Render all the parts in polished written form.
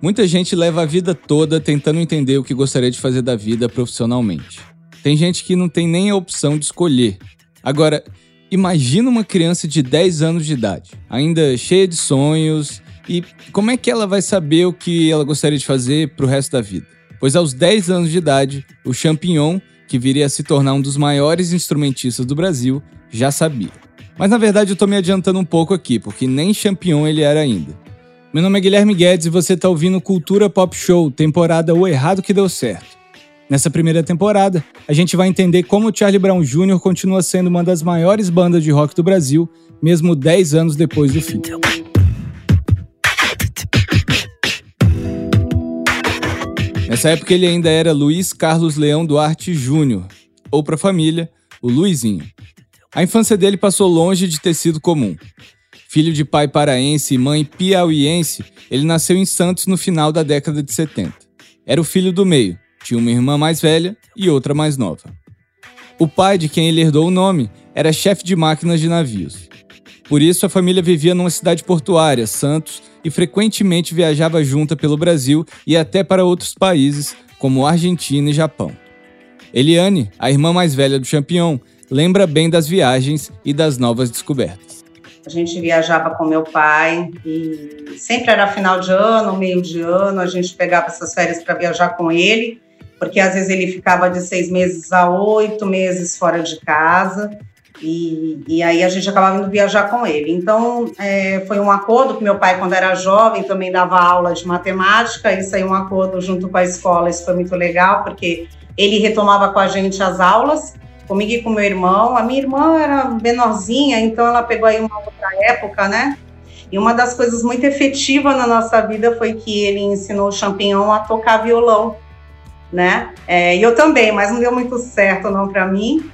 Muita gente leva a vida toda tentando entender o que gostaria de fazer da vida profissionalmente. Tem gente que não tem nem a opção de escolher. Agora, imagina uma criança de 10 anos de idade, ainda cheia de sonhos, e como é que ela vai saber o que ela gostaria de fazer pro resto da vida? Pois aos 10 anos de idade, o Champignon, que viria a se tornar um dos maiores instrumentistas do Brasil, já sabia. Mas na verdade eu tô me adiantando um pouco aqui, porque nem Champignon ele era ainda. Meu nome é Guilherme Guedes e você tá ouvindo Cultura Pop Show, temporada O Errado Que Deu Certo. Nessa primeira temporada, a gente vai entender como o Charlie Brown Jr. continua sendo uma das maiores bandas de rock do Brasil, mesmo 10 anos depois do fim. Nessa época ele ainda era Luiz Carlos Leão Duarte Jr., ou pra família, o Luizinho. A infância dele passou longe de ter sido comum. Filho de pai paraense e mãe piauiense, ele nasceu em Santos no final da década de 70. Era o filho do meio, tinha uma irmã mais velha e outra mais nova. O pai, de quem ele herdou o nome, era chefe de máquinas de navios. Por isso, a família vivia numa cidade portuária, Santos, e frequentemente viajava junta pelo Brasil e até para outros países, como Argentina e Japão. Eliane, a irmã mais velha do Champignon, lembra bem das viagens e das novas descobertas. A gente viajava com meu pai e sempre era final de ano, meio de ano, a gente pegava essas férias para viajar com ele, porque às vezes ele ficava de 6 meses a 8 meses fora de casa e aí a gente acabava indo viajar com ele. Então, foi um acordo que meu pai, quando era jovem, também dava aula de matemática, isso aí um acordo junto com a escola, isso foi muito legal, porque ele retomava com a gente as aulas, comigo e com meu irmão. A minha irmã era menorzinha, então ela pegou aí uma outra época, né? E uma das coisas muito efetivas na nossa vida foi que ele ensinou o Champignon a tocar violão, né? E eu também, mas não deu muito certo não para mim.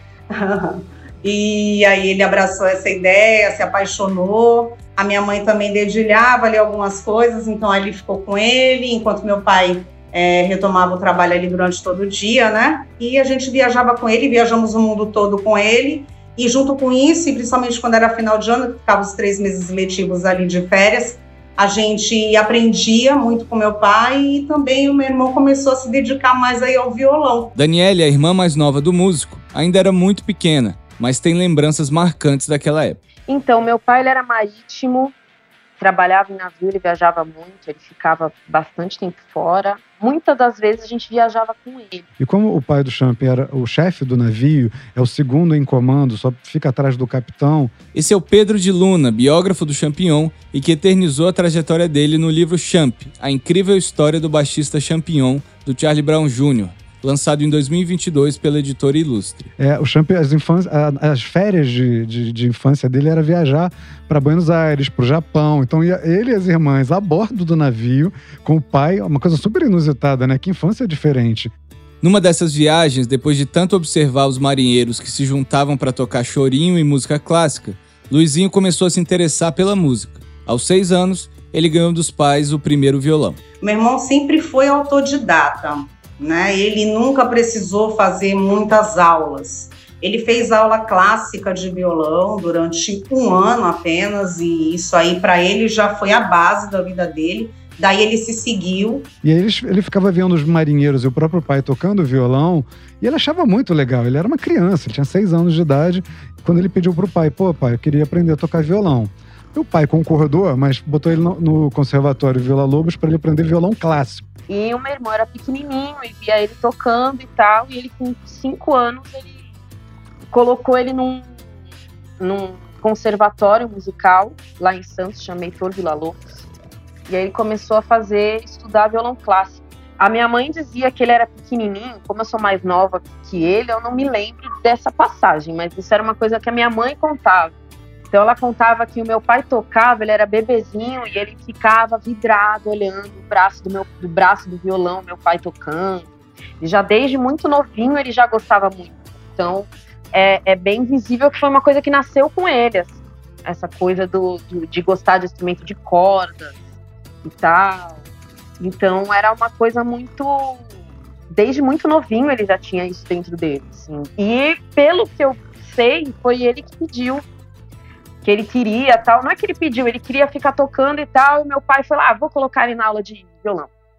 E aí ele abraçou essa ideia, se apaixonou. A minha mãe também dedilhava ali algumas coisas, então aí ele ficou com ele, enquanto meu pai retomava o trabalho ali durante todo o dia, né? E a gente viajava com ele, viajamos o mundo todo com ele. E junto com isso, e principalmente quando era final de ano, que ficava os 3 meses letivos ali de férias, a gente aprendia muito com meu pai e também o meu irmão começou a se dedicar mais aí ao violão. Daniele, a irmã mais nova do músico, ainda era muito pequena, mas tem lembranças marcantes daquela época. Então, meu pai ele era marítimo, trabalhava em navio, ele viajava muito, ele ficava bastante tempo fora. Muitas das vezes a gente viajava com ele. E como o pai do Champ era o chefe do navio, é o segundo em comando, só fica atrás do capitão. Esse é o Pedro de Luna, biógrafo do Champignon, e que eternizou a trajetória dele no livro Champ, a incrível história do baixista Champignon, do Charlie Brown Jr., lançado em 2022 pela editora Ilustre. O Champ, as férias de infância dele era viajar para Buenos Aires, para o Japão. Então ia ele e as irmãs a bordo do navio com o pai, uma coisa super inusitada, né? Que infância diferente. Numa dessas viagens, depois de tanto observar os marinheiros que se juntavam para tocar chorinho e música clássica, Luizinho começou a se interessar pela música. Aos 6 anos, ele ganhou dos pais o primeiro violão. Meu irmão sempre foi autodidata, né? Ele nunca precisou fazer muitas aulas. Ele fez aula clássica de violão durante 1 ano apenas, e isso aí para ele já foi a base da vida dele. Daí ele se seguiu. E aí ele ficava vendo os marinheiros e o próprio pai tocando violão, e ele achava muito legal. Ele era uma criança, ele tinha 6 anos de idade, quando ele pediu pro pai, pai, eu queria aprender a tocar violão. E o pai concordou, mas botou ele no Conservatório Vila Lobos para ele aprender violão clássico. E o meu irmão era pequenininho, e via ele tocando e tal, e ele com 5 anos, ele colocou ele num conservatório musical, lá em Santos, chama Heitor Vila Lobos, e aí ele começou a estudar violão clássico. A minha mãe dizia que ele era pequenininho, como eu sou mais nova que ele, eu não me lembro dessa passagem, mas isso era uma coisa que a minha mãe contava. Então ela contava que o meu pai tocava, ele era bebezinho e ele ficava vidrado olhando o braço do violão, meu pai tocando. E já desde muito novinho ele já gostava muito. Então é bem visível que foi uma coisa que nasceu com ele, assim, essa coisa de gostar de instrumento de cordas e tal. Então era uma coisa muito... Desde muito novinho ele já tinha isso dentro dele, assim. E pelo que eu sei, foi ele que pediu, que ele queria, tal, não é que ele pediu, ele queria ficar tocando e tal, e meu pai foi lá, vou colocar ele na aula de violão.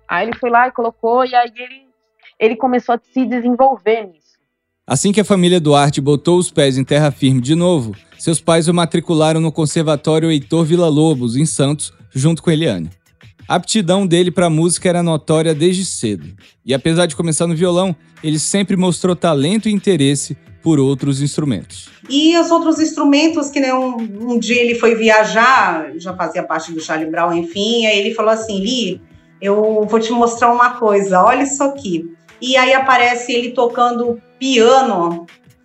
Aí ele foi lá e colocou, e aí ele começou a se desenvolver nisso. Assim que a família Duarte botou os pés em terra firme de novo, seus pais o matricularam no Conservatório Heitor Villa-Lobos, em Santos, junto com Eliane. A aptidão dele para música era notória desde cedo. E apesar de começar no violão, ele sempre mostrou talento e interesse por outros instrumentos. E os outros instrumentos, que nem um dia ele foi viajar, já fazia parte do Charlie Brown, enfim, aí ele falou assim, Li, eu vou te mostrar uma coisa, olha isso aqui. E aí aparece ele tocando piano,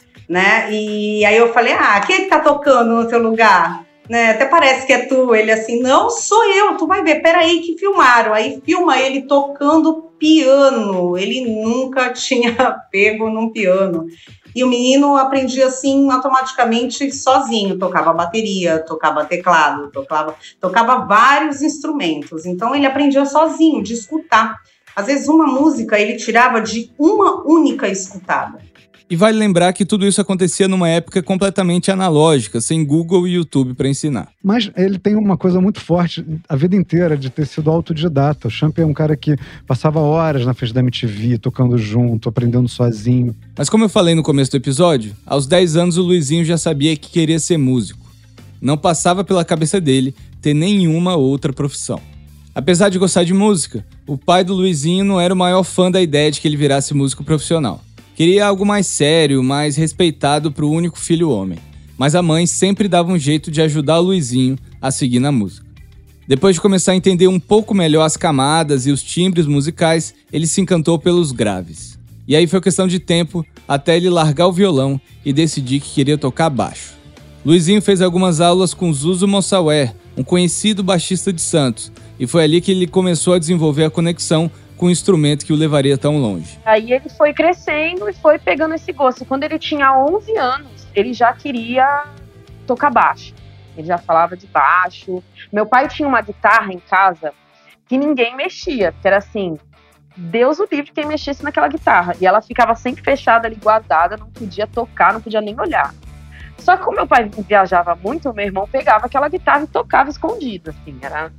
né? E aí eu falei, quem é que tá tocando no teu lugar? Né? Até parece que é tu. Ele assim, não, sou eu, tu vai ver, peraí que filmaram. Aí filma ele tocando piano, ele nunca tinha pego num piano. E o menino aprendia assim automaticamente sozinho, tocava bateria, tocava teclado, tocava vários instrumentos. Então ele aprendia sozinho, de escutar. Às vezes uma música ele tirava de uma única escutada. E vale lembrar que tudo isso acontecia numa época completamente analógica, sem Google e YouTube para ensinar. Mas ele tem uma coisa muito forte a vida inteira de ter sido autodidata. O Champ é um cara que passava horas na frente da MTV, tocando junto, aprendendo sozinho. Mas como eu falei no começo do episódio, aos 10 anos o Luizinho já sabia que queria ser músico. Não passava pela cabeça dele ter nenhuma outra profissão. Apesar de gostar de música, o pai do Luizinho não era o maior fã da ideia de que ele virasse músico profissional. Queria algo mais sério, mais respeitado para o único filho homem. Mas a mãe sempre dava um jeito de ajudar o Luizinho a seguir na música. Depois de começar a entender um pouco melhor as camadas e os timbres musicais, ele se encantou pelos graves. E aí foi questão de tempo até ele largar o violão e decidir que queria tocar baixo. Luizinho fez algumas aulas com Zuzu Mossawer, um conhecido baixista de Santos, e foi ali que ele começou a desenvolver a conexão com o instrumento que o levaria tão longe. Aí ele foi crescendo e foi pegando esse gosto. Quando ele tinha 11 anos, ele já queria tocar baixo. Ele já falava de baixo. Meu pai tinha uma guitarra em casa que ninguém mexia, que era assim, Deus o livre quem mexesse naquela guitarra. E ela ficava sempre fechada ali, guardada, não podia tocar, não podia nem olhar. Só que como meu pai viajava muito, meu irmão pegava aquela guitarra e tocava escondido, assim,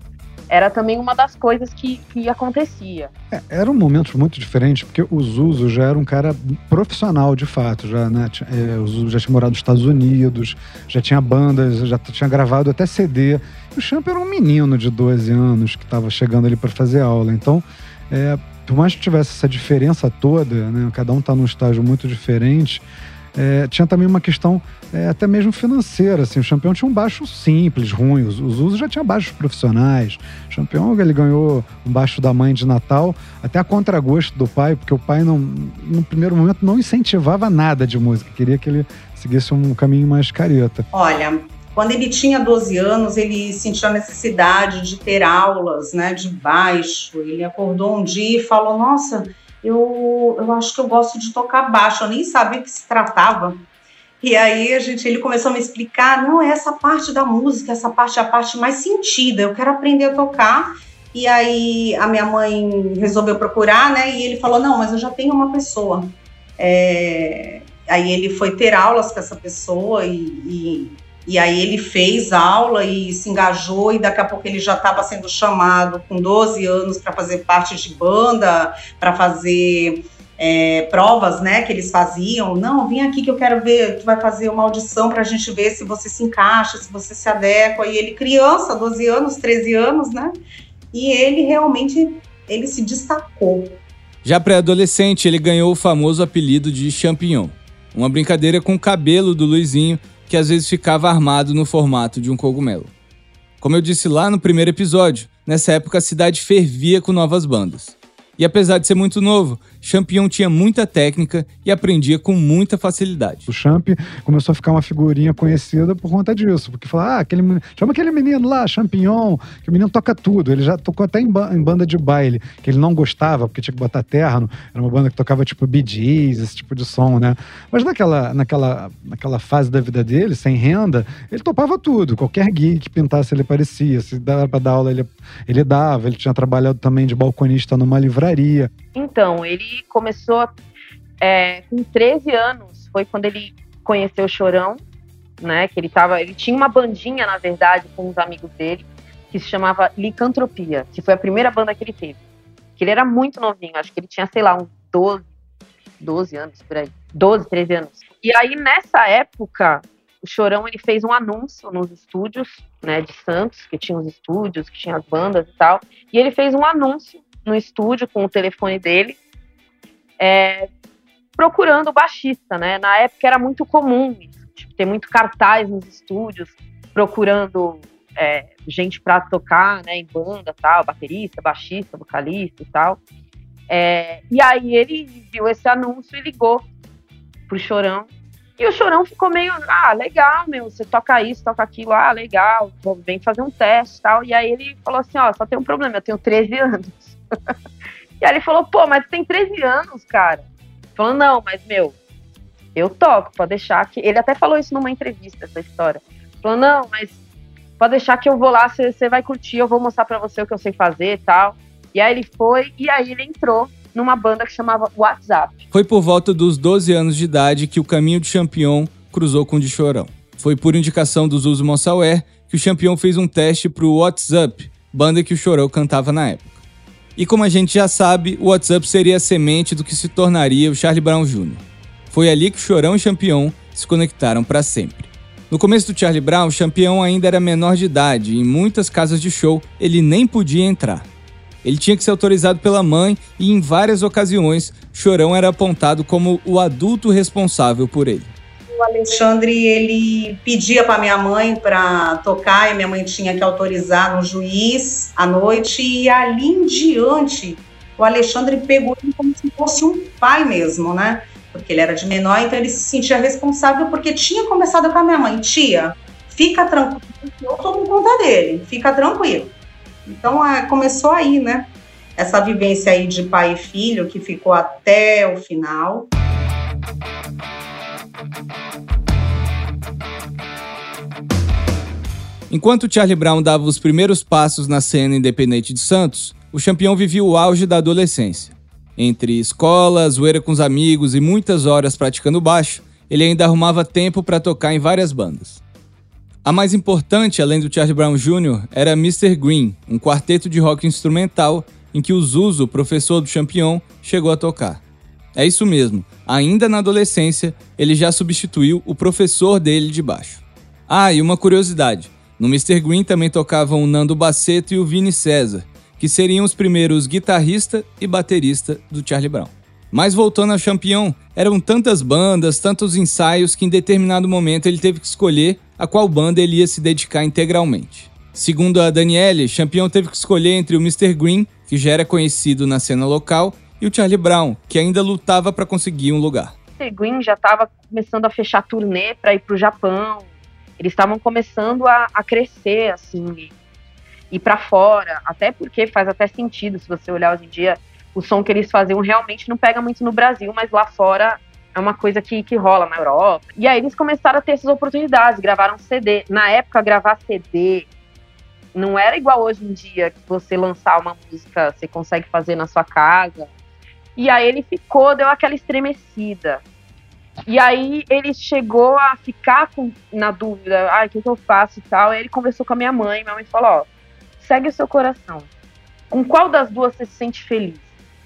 era também uma das coisas que acontecia. Era um momento muito diferente, porque o Zuzu já era um cara profissional, de fato. Já, né? O Zuzu já tinha morado nos Estados Unidos, já tinha bandas, já tinha gravado até CD. E o Champ era um menino de 12 anos que estava chegando ali para fazer aula. Então, por mais que tivesse essa diferença toda, né? Cada um está num estágio muito diferente, tinha também uma questão até mesmo financeira, assim. O Champion tinha um baixo simples, ruim. O Zuzu já tinha baixos profissionais. O Champion, ele ganhou um baixo da mãe de Natal, até a contragosto do pai, porque o pai, no primeiro momento, não incentivava nada de música. Queria que ele seguisse um caminho mais careta. Olha, quando ele tinha 12 anos, ele sentiu a necessidade de ter aulas, né, de baixo. Ele acordou um dia e falou, nossa, eu acho que eu gosto de tocar baixo. Eu nem sabia o que se tratava. E aí ele começou a me explicar, não, essa parte da música, essa parte é a parte mais sentida, eu quero aprender a tocar. E aí a minha mãe resolveu procurar, né, e ele falou, não, mas eu já tenho uma pessoa. Aí ele foi ter aulas com essa pessoa e aí ele fez aula e se engajou, e daqui a pouco ele já estava sendo chamado com 12 anos para fazer parte de banda, para fazer provas, né, que eles faziam. Não, vem aqui que eu quero ver, tu vai fazer uma audição para a gente ver se você se encaixa, se você se adequa. E ele criança, 12 anos, 13 anos, né, e ele realmente se destacou. Já pré-adolescente, ele ganhou o famoso apelido de Champignon, uma brincadeira com o cabelo do Luizinho, que às vezes ficava armado no formato de um cogumelo. Como eu disse lá no primeiro episódio, nessa época a cidade fervia com novas bandas. E apesar de ser muito novo, Champignon tinha muita técnica e aprendia com muita facilidade. O Champ começou a ficar uma figurinha conhecida por conta disso, porque falava, chama aquele menino lá, Champignon, que o menino toca tudo. Ele já tocou até em banda de baile, que ele não gostava, porque tinha que botar terno. Era uma banda que tocava tipo Bee Gees, esse tipo de som, né? Mas naquela fase da vida dele, sem renda, ele topava tudo. Qualquer gig que pintasse ele aparecia. Se dava pra dar aula, ele dava. Ele tinha trabalhado também de balconista numa livraria. Então, ele começou com 13 anos, foi quando ele conheceu o Chorão, né, que ele tinha uma bandinha, na verdade, com uns amigos dele, que se chamava Licantropia, que foi a primeira banda que ele teve. que ele era muito novinho, acho que ele tinha, sei lá, uns 12 anos, por aí. 12, 13 anos. E aí, nessa época, o Chorão, ele fez um anúncio nos estúdios, né, de Santos, que tinha os estúdios, que tinha as bandas e tal. E ele fez um anúncio no estúdio com o telefone dele, procurando o baixista, né? Na época era muito comum isso, tipo, ter muito cartaz nos estúdios, procurando gente pra tocar, né, em banda, tal, baterista, baixista, vocalista e tal. E aí ele viu esse anúncio e ligou pro Chorão. E o Chorão ficou meio, legal, meu, você toca isso, toca aquilo, legal, vem fazer um teste e tal. E aí ele falou assim, só tem um problema, eu tenho 13 anos. E aí ele falou, pô, mas você tem 13 anos, cara. Falou, não, mas, meu, eu toco, pode deixar que... Ele até falou isso numa entrevista, essa história. Falou, não, mas pode deixar que eu vou lá, você vai curtir, eu vou mostrar pra você o que eu sei fazer e tal. E aí ele foi, e aí ele entrou numa banda que chamava WhatsApp. Foi por volta dos 12 anos de idade que o caminho de Champion cruzou com o de Chorão. Foi por indicação do Zuzu Monsauer que o Champion fez um teste pro WhatsApp, banda que o Chorão cantava na época. E como a gente já sabe, o WhatsApp seria a semente do que se tornaria o Charlie Brown Jr. Foi ali que o Chorão e Champion se conectaram para sempre. No começo do Charlie Brown, Champion ainda era menor de idade e em muitas casas de show ele nem podia entrar. Ele tinha que ser autorizado pela mãe e em várias ocasiões, Chorão era apontado como o adulto responsável por ele. O Alexandre, ele pedia para minha mãe para tocar e minha mãe tinha que autorizar um juiz à noite e ali em diante o Alexandre pegou ele como se fosse um pai mesmo, né? Porque ele era de menor, então ele se sentia responsável porque tinha começado com a minha mãe. Tia, fica tranquilo, eu tomo conta dele, fica tranquilo. Então começou aí, né? Essa vivência aí de pai e filho que ficou até o final. Enquanto Charlie Brown dava os primeiros passos na cena independente de Santos, o Champion vivia o auge da adolescência. Entre escola, zoeira com os amigos e muitas horas praticando baixo, ele ainda arrumava tempo para tocar em várias bandas. A mais importante, além do Charlie Brown Jr., era Mr. Green, um quarteto de rock instrumental em que o Zuzu, professor do Champion, chegou a tocar. É isso mesmo, ainda na adolescência, ele já substituiu o professor dele de baixo. E uma curiosidade, no Mr. Green também tocavam o Nando Baceto e o Vini César, que seriam os primeiros guitarrista e baterista do Charlie Brown. Mas voltando ao Champion, eram tantas bandas, tantos ensaios que em determinado momento ele teve que escolher a qual banda ele ia se dedicar integralmente. Segundo a Daniele, Champion teve que escolher entre o Mr. Green, que já era conhecido na cena local, e o Charlie Brown, que ainda lutava para conseguir um lugar. O Mr. Green já estava começando a fechar turnê para ir para o Japão. Eles estavam começando a crescer, assim, ir para fora, até porque faz até sentido, se você olhar hoje em dia, o som que eles faziam realmente não pega muito no Brasil, mas lá fora é uma coisa que rola na Europa. E aí eles começaram a ter essas oportunidades, gravaram CD. Na época, gravar CD não era igual hoje em dia, que você lançar uma música, você consegue fazer na sua casa. E aí ele deu aquela estremecida. E aí ele chegou a ficar na dúvida, o que eu faço e tal. Aí ele conversou com a minha mãe falou, segue o seu coração. Com qual das duas você se sente feliz?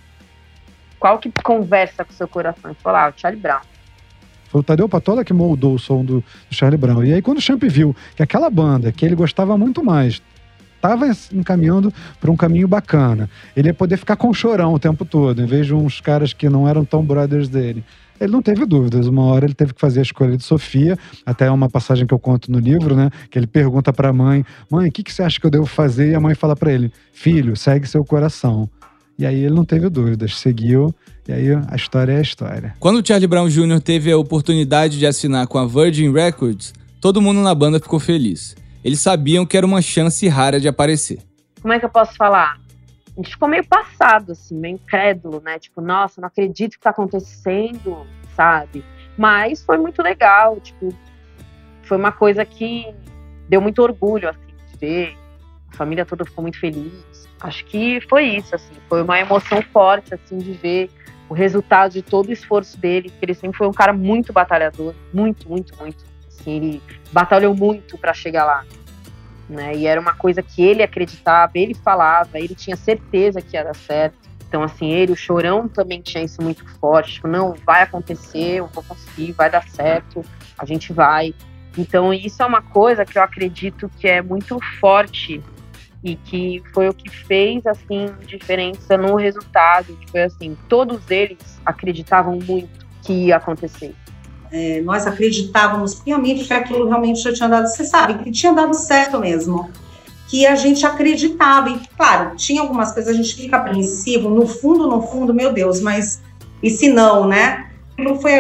Qual que conversa com o seu coração? Ele falou, o Charlie Brown. Foi o Tadeu Patola que moldou o som do Charlie Brown. E aí quando o Champ viu que aquela banda, que ele gostava muito mais, estava encaminhando para um caminho bacana, ele ia poder ficar com o Chorão o tempo todo, em vez de uns caras que não eram tão brothers dele. Ele não teve dúvidas. Uma hora ele teve que fazer a escolha de Sofia, até uma passagem que eu conto no livro, né? Que ele pergunta para a mãe, o que você acha que eu devo fazer? E a mãe fala para ele, filho, segue seu coração. E aí ele não teve dúvidas, seguiu, e aí a história é a história. Quando o Charlie Brown Jr. teve a oportunidade de assinar com a Virgin Records, todo mundo na banda ficou feliz. Eles sabiam que era uma chance rara de aparecer. Como é que eu posso falar? A gente ficou meio passado, assim, meio incrédulo, né? Tipo, nossa, não acredito que tá acontecendo, sabe? Mas foi muito legal, tipo, foi uma coisa que deu muito orgulho, assim, de ver. A família toda ficou muito feliz. Acho que foi isso, assim, foi uma emoção forte, assim, de ver o resultado de todo o esforço dele, porque ele sempre foi um cara muito batalhador, muito, muito, muito. Assim, ele batalhou muito para chegar lá, né? E era uma coisa que ele acreditava, ele falava, ele tinha certeza que ia dar certo. Então, assim, o Chorão também tinha isso muito forte. Tipo, não, vai acontecer, eu vou conseguir, vai dar certo, a gente vai. Então, isso é uma coisa que eu acredito que é muito forte e que foi o que fez, assim, diferença no resultado. Foi assim, todos eles acreditavam muito que ia acontecer. Nós acreditávamos piamente que aquilo realmente já tinha dado, você sabe, que tinha dado certo mesmo. Que a gente acreditava, e claro, tinha algumas coisas, a gente fica apreensivo, no fundo, meu Deus, mas e se não, né? Foi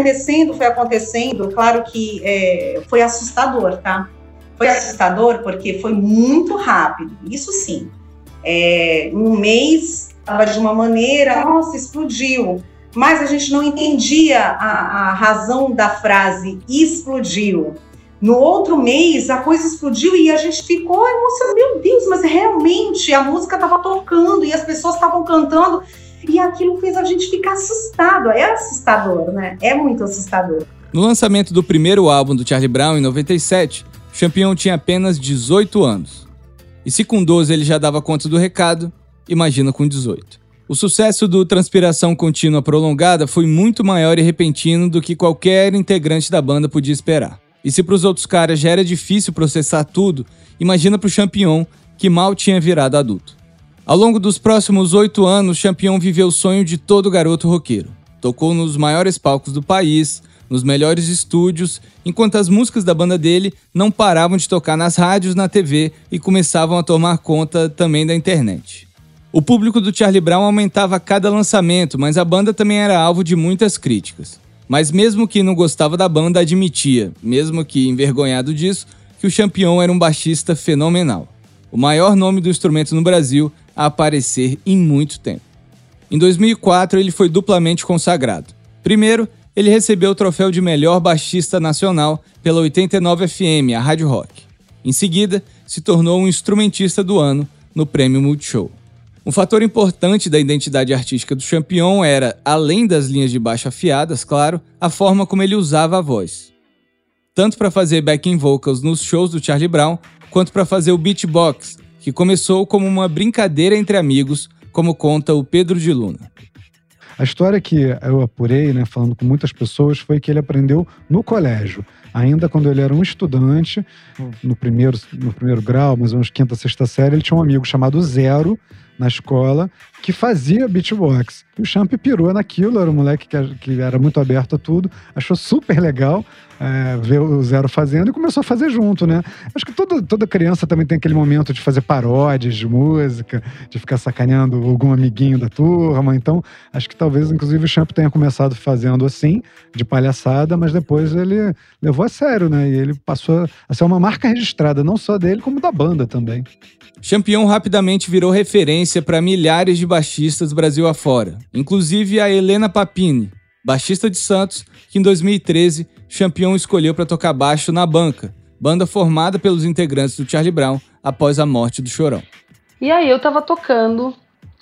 acontecendo, claro que foi assustador, tá? Foi assustador porque foi muito rápido, isso sim. Um mês, estava de uma maneira, nossa, explodiu, mas a gente não entendia a razão da frase explodiu. No outro mês, a coisa explodiu e a gente ficou emocionado. Meu Deus, mas realmente a música estava tocando e as pessoas estavam cantando e aquilo fez a gente ficar assustado. É assustador, né? É muito assustador. No lançamento do primeiro álbum do Charlie Brown, em 97, o Champion tinha apenas 18 anos. E se com 12 ele já dava conta do recado, imagina com 18. O sucesso do Transpiração Contínua Prolongada foi muito maior e repentino do que qualquer integrante da banda podia esperar. E se para os outros caras já era difícil processar tudo, imagina para o Champion, que mal tinha virado adulto. Ao longo dos próximos 8 anos, Champion viveu o sonho de todo garoto roqueiro. Tocou nos maiores palcos do país, nos melhores estúdios, enquanto as músicas da banda dele não paravam de tocar nas rádios, na TV e começavam a tomar conta também da internet. O público do Charlie Brown aumentava a cada lançamento, mas a banda também era alvo de muitas críticas. Mas mesmo que não gostava da banda, admitia, mesmo que envergonhado disso, que o Champion era um baixista fenomenal. O maior nome do instrumento no Brasil a aparecer em muito tempo. Em 2004, ele foi duplamente consagrado. Primeiro, ele recebeu o troféu de melhor baixista nacional pela 89 FM, a Rádio Rock. Em seguida, se tornou um instrumentista do ano no Prêmio Multishow. Um fator importante da identidade artística do Champion era, além das linhas de baixo afiadas, claro, a forma como ele usava a voz. Tanto para fazer backing vocals nos shows do Charlie Brown, quanto para fazer o beatbox, que começou como uma brincadeira entre amigos, como conta o Pedro de Luna. A história que eu apurei, né, falando com muitas pessoas, foi que ele aprendeu no colégio. Ainda quando ele era um estudante, no primeiro grau, mais ou menos quinta, sexta série, ele tinha um amigo chamado Zero, na escola, que fazia beatbox. E o Champ pirou naquilo, era um moleque que era muito aberto a tudo, achou super legal ver o Zero fazendo e começou a fazer junto, né? Acho que toda criança também tem aquele momento de fazer paródias de música, de ficar sacaneando algum amiguinho da turma. Então, acho que talvez, inclusive, o Champ tenha começado fazendo assim, de palhaçada, mas depois ele levou a sério, né? E ele passou a ser uma marca registrada, não só dele, como da banda também. Champion rapidamente virou referência para milhares de baixistas Brasil afora, inclusive a Helena Papini, baixista de Santos, que em 2013 Champion escolheu para tocar baixo na Banca, banda formada pelos integrantes do Charlie Brown após a morte do Chorão. E aí eu tava tocando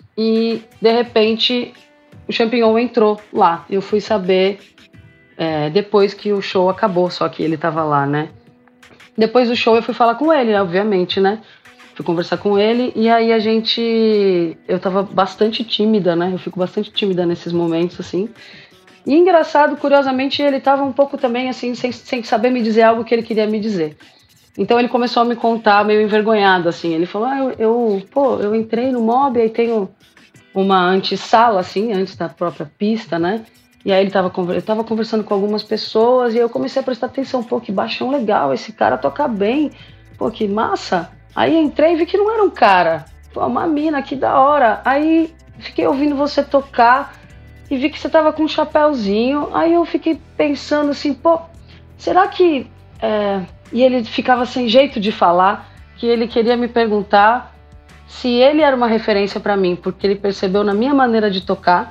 e, de repente, o Champion entrou lá. Eu fui saber depois que o show acabou, só que ele tava lá, né? Depois do show eu fui falar com ele, obviamente, né? Fui conversar com ele e aí eu tava bastante tímida, né? Eu fico bastante tímida nesses momentos, assim. E engraçado, curiosamente, ele tava um pouco também, assim, sem saber me dizer algo que ele queria me dizer. Então ele começou a me contar meio envergonhado, assim. Ele falou, eu entrei no Mob, aí tenho uma antessala, assim, antes da própria pista, né? E aí eu tava conversando com algumas pessoas e eu comecei a prestar atenção, pô, que baixão legal, esse cara toca bem, pô, que massa. Aí entrei e vi que não era um cara, pô, uma mina, que da hora. Aí fiquei ouvindo você tocar e vi que você tava com um chapéuzinho. Aí eu fiquei pensando assim, pô, será que... E ele ficava sem jeito de falar, que ele queria me perguntar se ele era uma referência pra mim, porque ele percebeu na minha maneira de tocar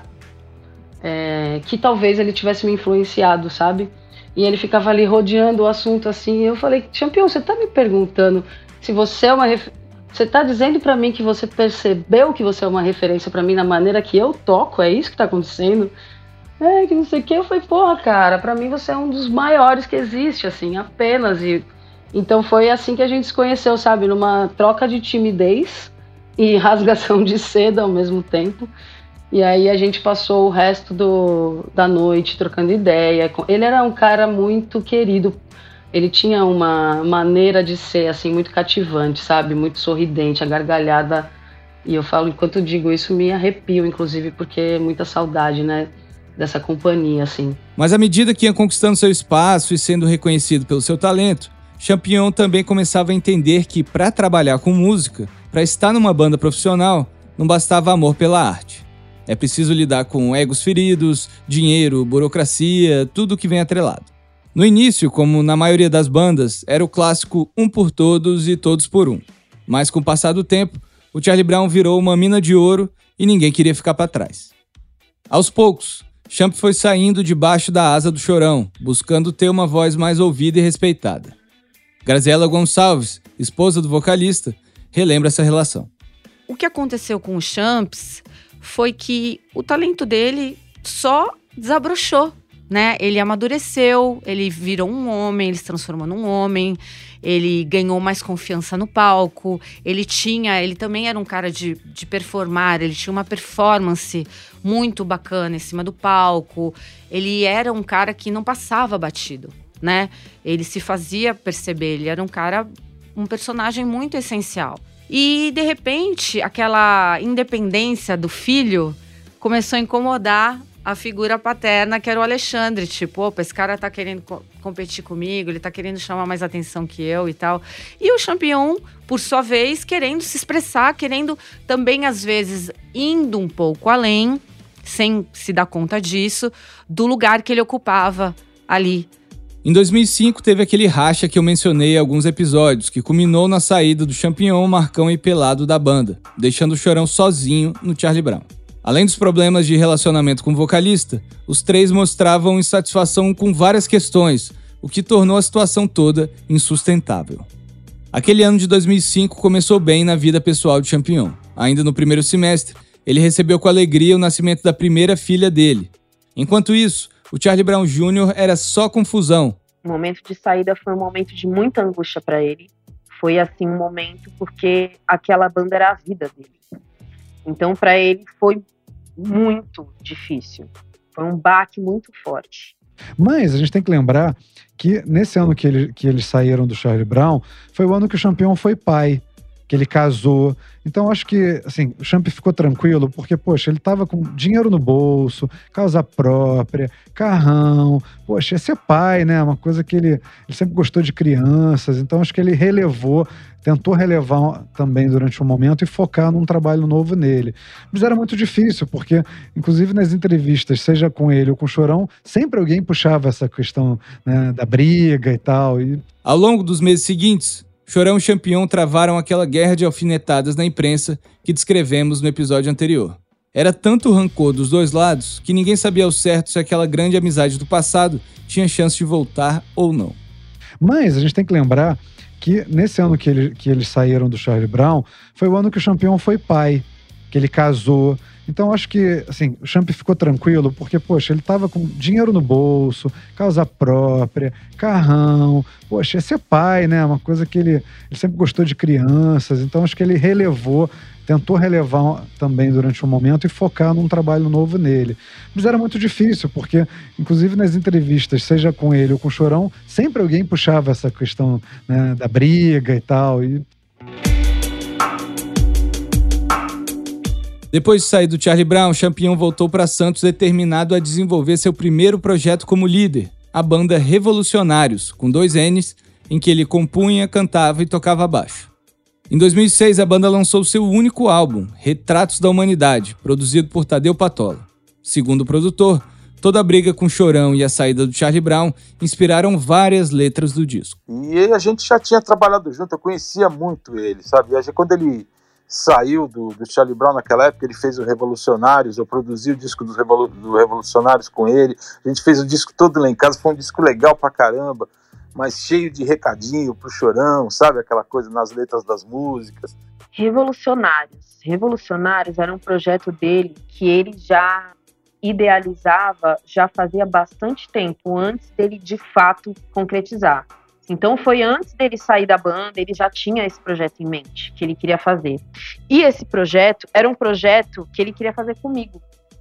que talvez ele tivesse me influenciado, sabe? E ele ficava ali rodeando o assunto assim, e eu falei, Champion, você tá me perguntando se você é uma você tá dizendo pra mim que você percebeu que você é uma referência pra mim na maneira que eu toco? É isso que tá acontecendo? Que não sei o que. Eu falei, porra, cara, pra mim você é um dos maiores que existe, assim, apenas. E então foi assim que a gente se conheceu, sabe? Numa troca de timidez e rasgação de seda ao mesmo tempo. E aí a gente passou o resto da noite trocando ideia. Ele era um cara muito querido. Ele tinha uma maneira de ser, assim, muito cativante, sabe? Muito sorridente, a gargalhada. E eu falo, enquanto eu digo isso, me arrepio, inclusive, porque é muita saudade, né? Dessa companhia, assim. Mas à medida que ia conquistando seu espaço e sendo reconhecido pelo seu talento, Champignon também começava a entender que, para trabalhar com música, para estar numa banda profissional, não bastava amor pela arte. É preciso lidar com egos feridos, dinheiro, burocracia, tudo que vem atrelado. No início, como na maioria das bandas, era o clássico um por todos e todos por um. Mas com o passar do tempo, o Charlie Brown virou uma mina de ouro e ninguém queria ficar para trás. Aos poucos, Champ foi saindo debaixo da asa do Chorão, buscando ter uma voz mais ouvida e respeitada. Graziela Gonçalves, esposa do vocalista, relembra essa relação. O que aconteceu com o Champs foi que o talento dele só desabrochou, né? Ele amadureceu, ele virou um homem, ele se transformou num homem, ele ganhou mais confiança no palco, ele também era um cara de performar, ele tinha uma performance muito bacana em cima do palco, ele era um cara que não passava batido, né? Ele se fazia perceber, ele era um personagem muito essencial. E, de repente, aquela independência do filho começou a incomodar a figura paterna, que era o Alexandre. Tipo, opa, esse cara tá querendo competir comigo, ele tá querendo chamar mais atenção que eu e tal. E o Champignon, por sua vez, querendo se expressar, querendo também, às vezes, indo um pouco além, sem se dar conta disso, do lugar que ele ocupava ali. Em 2005, teve aquele racha que eu mencionei em alguns episódios, que culminou na saída do Champignon, Marcão e Pelado da banda, deixando o Chorão sozinho no Charlie Brown. Além dos problemas de relacionamento com o vocalista, os três mostravam insatisfação com várias questões, o que tornou a situação toda insustentável. Aquele ano de 2005 começou bem na vida pessoal de Champignon. Ainda no primeiro semestre, ele recebeu com alegria o nascimento da primeira filha dele. Enquanto isso, o Charlie Brown Jr. era só confusão. O momento de saída foi um momento de muita angústia para ele. Foi assim um momento porque aquela banda era a vida dele. Então para ele foi muito difícil. Foi um baque muito forte. Mas a gente tem que lembrar que nesse ano que eles saíram do Charlie Brown, foi o ano que o Champignon foi pai, que ele casou. Então, acho que, assim, o Champ ficou tranquilo, porque, poxa, ele tava com dinheiro no bolso, casa própria, carrão. Poxa, ia ser pai, né? Uma coisa que ele sempre gostou de crianças. Então, acho que ele tentou relevar também durante um momento e focar num trabalho novo nele. Mas era muito difícil, porque, inclusive nas entrevistas, seja com ele ou com o Chorão, sempre alguém puxava essa questão, né, da briga e tal. Ao longo dos meses seguintes, Chorão e Champignon travaram aquela guerra de alfinetadas na imprensa que descrevemos no episódio anterior. Era tanto o rancor dos dois lados que ninguém sabia ao certo se aquela grande amizade do passado tinha chance de voltar ou não. Mas a gente tem que lembrar que nesse ano que eles saíram do Charlie Brown, foi o ano que o Champignon foi pai, que ele casou. Então, acho que, assim, o Champ ficou tranquilo, porque, poxa, ele tava com dinheiro no bolso, casa própria, carrão. Poxa, ia ser pai, né? Uma coisa que ele sempre gostou de crianças. Então, acho que ele tentou relevar também durante um momento e focar num trabalho novo nele. Mas era muito difícil, porque, inclusive nas entrevistas, seja com ele ou com o Chorão, sempre alguém puxava essa questão, né, da briga e tal. Depois de sair do Charlie Brown, Champignon voltou para Santos determinado a desenvolver seu primeiro projeto como líder, a banda Revolucionários, com 2 N's, em que ele compunha, cantava e tocava baixo. Em 2006, a banda lançou seu único álbum, Retratos da Humanidade, produzido por Tadeu Patola. Segundo o produtor, toda a briga com o Chorão e a saída do Charlie Brown inspiraram várias letras do disco. E a gente já tinha trabalhado junto, eu conhecia muito ele, sabe? Quando ele saiu do Charlie Brown naquela época, ele fez o Revolucionários, eu produzi o disco do Revolucionários com ele, a gente fez o disco todo lá em casa, foi um disco legal pra caramba, mas cheio de recadinho pro Chorão, sabe? Aquela coisa nas letras das músicas. Revolucionários era um projeto dele que ele já idealizava, já fazia bastante tempo, antes dele de fato concretizar. Então foi antes dele sair da banda, ele já tinha esse projeto em mente, que ele queria fazer. E esse projeto era um projeto que ele queria fazer comigo.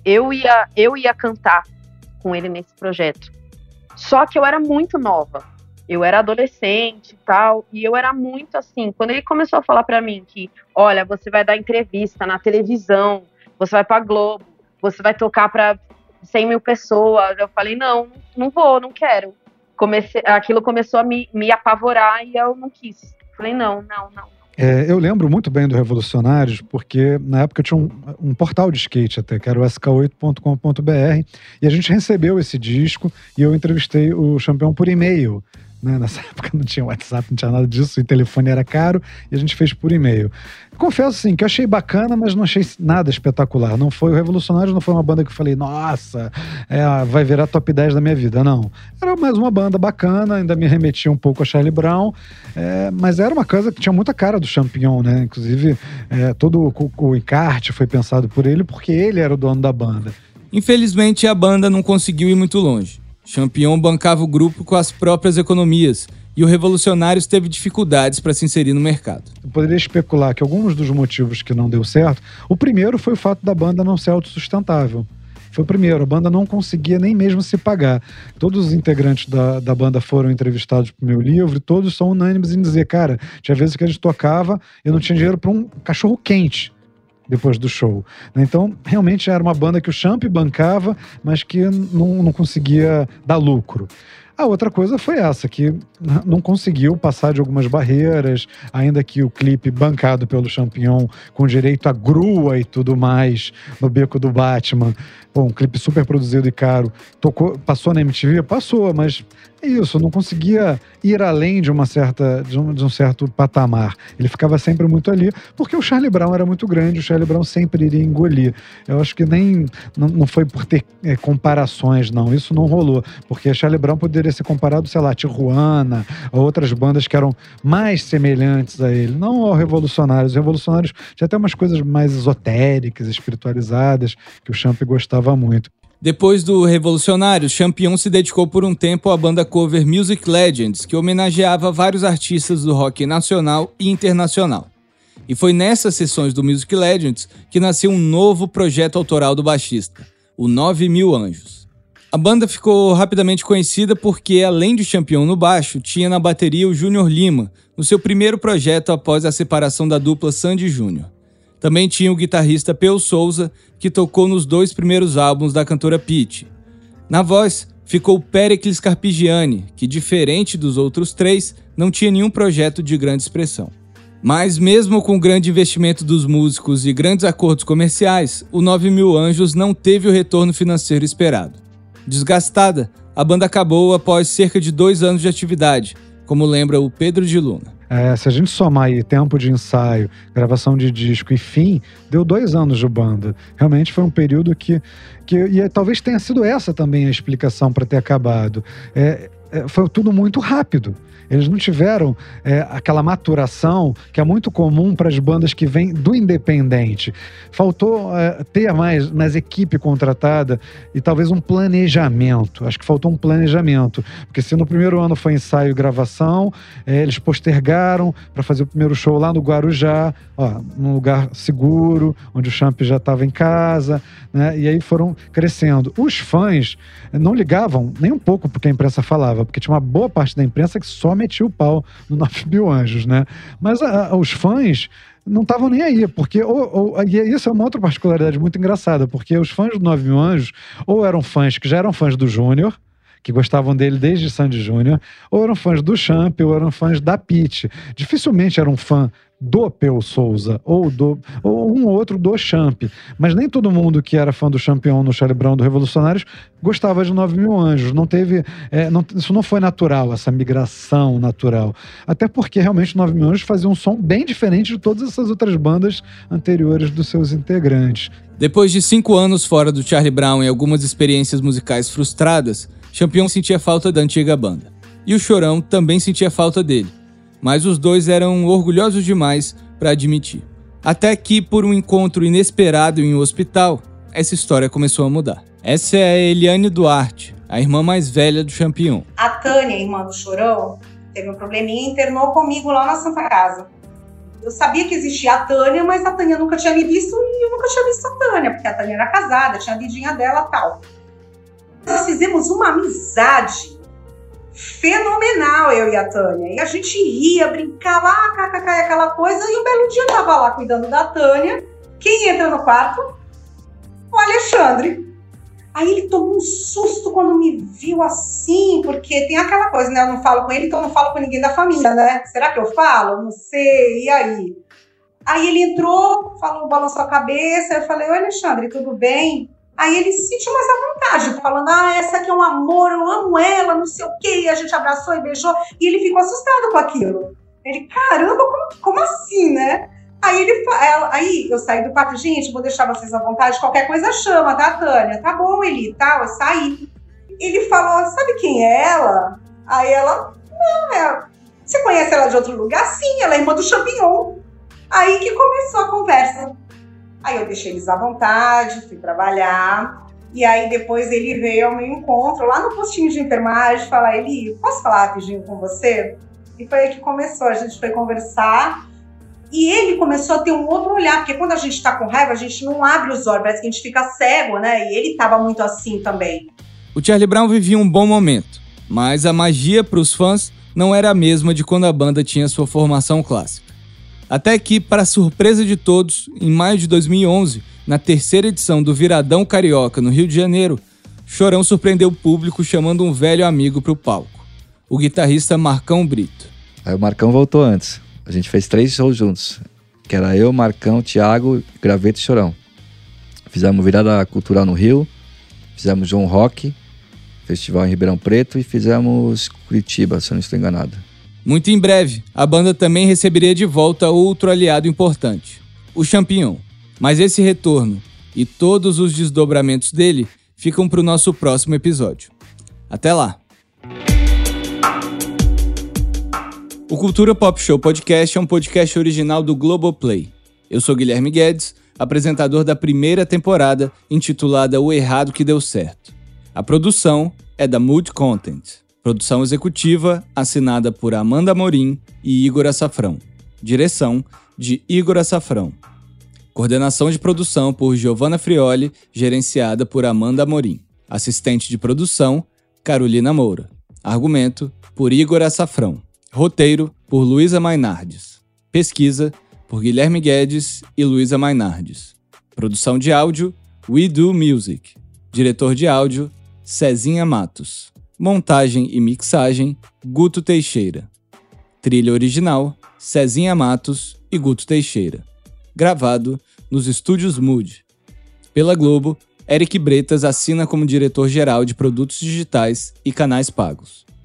eu ia cantar com ele nesse projeto. Só que eu era muito nova. Eu era adolescente e tal, e eu era muito assim. Quando ele começou a falar pra mim que, olha, você vai dar entrevista na televisão, você vai pra Globo, você vai tocar pra 100 mil pessoas, eu falei, não vou, não quero. Aquilo começou a me apavorar e eu não quis. Falei, não. Eu lembro muito bem do Revolucionários, porque na época eu tinha um portal de skate até, que era o sk8.com.br, e a gente recebeu esse disco e eu entrevistei o Champion por e-mail. Né? Nessa época não tinha WhatsApp, não tinha nada disso, o telefone era caro e a gente fez por e-mail. Confesso assim, que eu achei bacana, mas não achei nada espetacular. Não foi o Revolucionários, não foi uma banda que eu falei, nossa, vai virar top 10 da minha vida, não. Era mais uma banda bacana, ainda me remetia um pouco a Charlie Brown, mas era uma coisa que tinha muita cara do Champignon, né? Inclusive, todo o encarte foi pensado por ele, porque ele era o dono da banda. Infelizmente, a banda não conseguiu ir muito longe. Champignon bancava o grupo com as próprias economias e o Revolucionários teve dificuldades para se inserir no mercado. Eu poderia especular que alguns dos motivos que não deu certo, o primeiro foi o fato da banda não ser autossustentável. Foi o primeiro, a banda não conseguia nem mesmo se pagar. Todos os integrantes da banda foram entrevistados pro meu livro e todos são unânimes em dizer, cara, tinha vezes que a gente tocava e não tinha dinheiro para um cachorro quente depois do show. Então, realmente era uma banda que o Champ bancava, mas que não conseguia dar lucro. A outra coisa foi essa, que não conseguiu passar de algumas barreiras, ainda que o clipe bancado pelo Champignon, com direito a grua e tudo mais, no Beco do Batman, um clipe super produzido e caro, passou na MTV? Passou, mas é isso, não conseguia ir além de um certo patamar. Ele ficava sempre muito ali, porque o Charlie Brown era muito grande, o Charlie Brown sempre iria engolir. Eu acho que não foi por ter comparações, não. Isso não rolou, porque Charlie Brown poderia ser comparado, sei lá, a Tijuana, a outras bandas que eram mais semelhantes a ele, não ao Revolucionários. Os Revolucionários tinha até umas coisas mais esotéricas, espiritualizadas, que o Champ gostava muito. Depois do Revolucionários, Champignon se dedicou por um tempo à banda cover Music Legends, que homenageava vários artistas do rock nacional e internacional. E foi nessas sessões do Music Legends que nasceu um novo projeto autoral do baixista, o 9.000 Anjos. A banda ficou rapidamente conhecida porque, além de Champignon no baixo, tinha na bateria o Júnior Lima, no seu primeiro projeto após a separação da dupla Sandy Júnior. Também tinha o guitarrista Peu Souza, que tocou nos 2 primeiros álbuns da cantora Pitty. Na voz, ficou Péricles Carpigiani, que, diferente dos outros 3, não tinha nenhum projeto de grande expressão. Mas mesmo com o grande investimento dos músicos e grandes acordos comerciais, o 9.000 Anjos não teve o retorno financeiro esperado. Desgastada, a banda acabou após cerca de 2 anos de atividade, como lembra o Pedro de Luna. Se a gente somar aí tempo de ensaio, gravação de disco e fim, deu 2 anos de banda. Realmente foi um período que e talvez tenha sido essa também a explicação para ter acabado. Foi tudo muito rápido. Eles não tiveram aquela maturação que é muito comum para as bandas que vêm do independente. Faltou ter mais equipe contratada e talvez um planejamento. Acho que faltou um planejamento. Porque se no primeiro ano foi ensaio e gravação, eles postergaram para fazer o primeiro show lá no Guarujá, num lugar seguro, onde o Champ já estava em casa, né? E aí foram crescendo. Os fãs não ligavam nem um pouco porque a imprensa falava, porque tinha uma boa parte da imprensa que só metia o pau no 9.000 Anjos, né? Mas os fãs não estavam nem aí, porque e isso é uma outra particularidade muito engraçada, porque os fãs do 9.000 Anjos ou eram fãs que já eram fãs do Júnior, que gostavam dele desde Sandy Júnior, ou eram fãs do Champ, ou eram fãs da Pitty. Dificilmente era um fã do Peu Souza, ou um ou outro do Champ. Mas nem todo mundo que era fã do Champignon no Charlie Brown do Revolucionários gostava de 9.000 Anjos. Não teve, isso não foi natural, essa migração natural. Até porque realmente 9.000 Anjos fazia um som bem diferente de todas essas outras bandas anteriores dos seus integrantes. Depois de 5 anos fora do Charlie Brown e algumas experiências musicais frustradas, Champignon sentia falta da antiga banda. E o Chorão também sentia falta dele. Mas os dois eram orgulhosos demais para admitir. Até que, por um encontro inesperado em um hospital, essa história começou a mudar. Essa é a Eliane Duarte, a irmã mais velha do Champignon. A Tânia, irmã do Chorão, teve um probleminha e internou comigo lá na Santa Casa. eu sabia que existia a Tânia, mas a Tânia nunca tinha me visto e eu nunca tinha visto a Tânia, porque a Tânia era casada, tinha a vidinha dela e tal. Nós fizemos uma amizade fenomenal, eu e a Tânia. E a gente ria, brincava, aquela coisa, e um belo dia eu tava lá cuidando da Tânia. Quem entra no quarto? O Alexandre. Aí ele tomou um susto quando me viu assim, porque tem aquela coisa, né? Eu não falo com ele, então eu não falo com ninguém da família, né? Será que eu falo? Não sei, e aí? Aí ele entrou, falou, balançou a cabeça, eu falei, oi Alexandre, tudo bem? Aí ele se sentiu mais à vontade, falando, essa aqui é um amor, eu amo ela, não sei o quê, e a gente abraçou e beijou, e ele ficou assustado com aquilo. Ele, caramba, como assim, né? Aí eu saí do quarto, gente, vou deixar vocês à vontade, qualquer coisa chama, tá, Tânia? Tá bom, Eli, tá, eu saí. Ele falou, sabe quem é ela? Aí ela, não, você conhece ela de outro lugar? Sim, ela é irmã do Champignon. Aí que começou a conversa. Aí eu deixei eles à vontade, fui trabalhar, e aí depois ele veio ao meu encontro, lá no postinho de enfermagem, falar, Eli, posso falar rapidinho com você? E foi aí que começou, a gente foi conversar, e ele começou a ter um outro olhar, porque quando a gente tá com raiva, a gente não abre os olhos, parece que a gente fica cego, né? E ele tava muito assim também. O Charlie Brown vivia um bom momento, mas a magia pros fãs não era a mesma de quando a banda tinha sua formação clássica. Até que, para surpresa de todos, em maio de 2011, na terceira edição do Viradão Carioca, no Rio de Janeiro, Chorão surpreendeu o público chamando um velho amigo pro palco, o guitarrista Marcão Brito. Aí o Marcão voltou antes. A gente fez 3 shows juntos, que era eu, Marcão, Thiago, Graveto e Chorão. Fizemos Virada Cultural no Rio, fizemos João Rock, festival em Ribeirão Preto e fizemos Curitiba, se eu não estou enganado. Muito em breve, a banda também receberia de volta outro aliado importante, o Champignon. Mas esse retorno e todos os desdobramentos dele ficam para o nosso próximo episódio. Até lá! O Cultura Pop Show Podcast é um podcast original do Globoplay. Eu sou Guilherme Guedes, apresentador da primeira temporada, intitulada O Errado que Deu Certo. A produção é da Mood Content. Produção executiva assinada por Amanda Amorim e Igor Açafrão. Direção de Igor Açafrão. Coordenação de produção por Giovanna Frioli, gerenciada por Amanda Amorim. Assistente de produção, Carolina Moura. Argumento, por Igor Açafrão. Roteiro, por Luísa Mainardes. Pesquisa, por Guilherme Guedes e Luísa Mainardes. Produção de áudio, We Do Music. Diretor de áudio, Cezinha Matos. Montagem e mixagem, Guto Teixeira. Trilha original, Cezinha Matos e Guto Teixeira. Gravado nos Estúdios Mood. Pela Globo, Eric Bretas assina como diretor-geral de produtos digitais e canais pagos.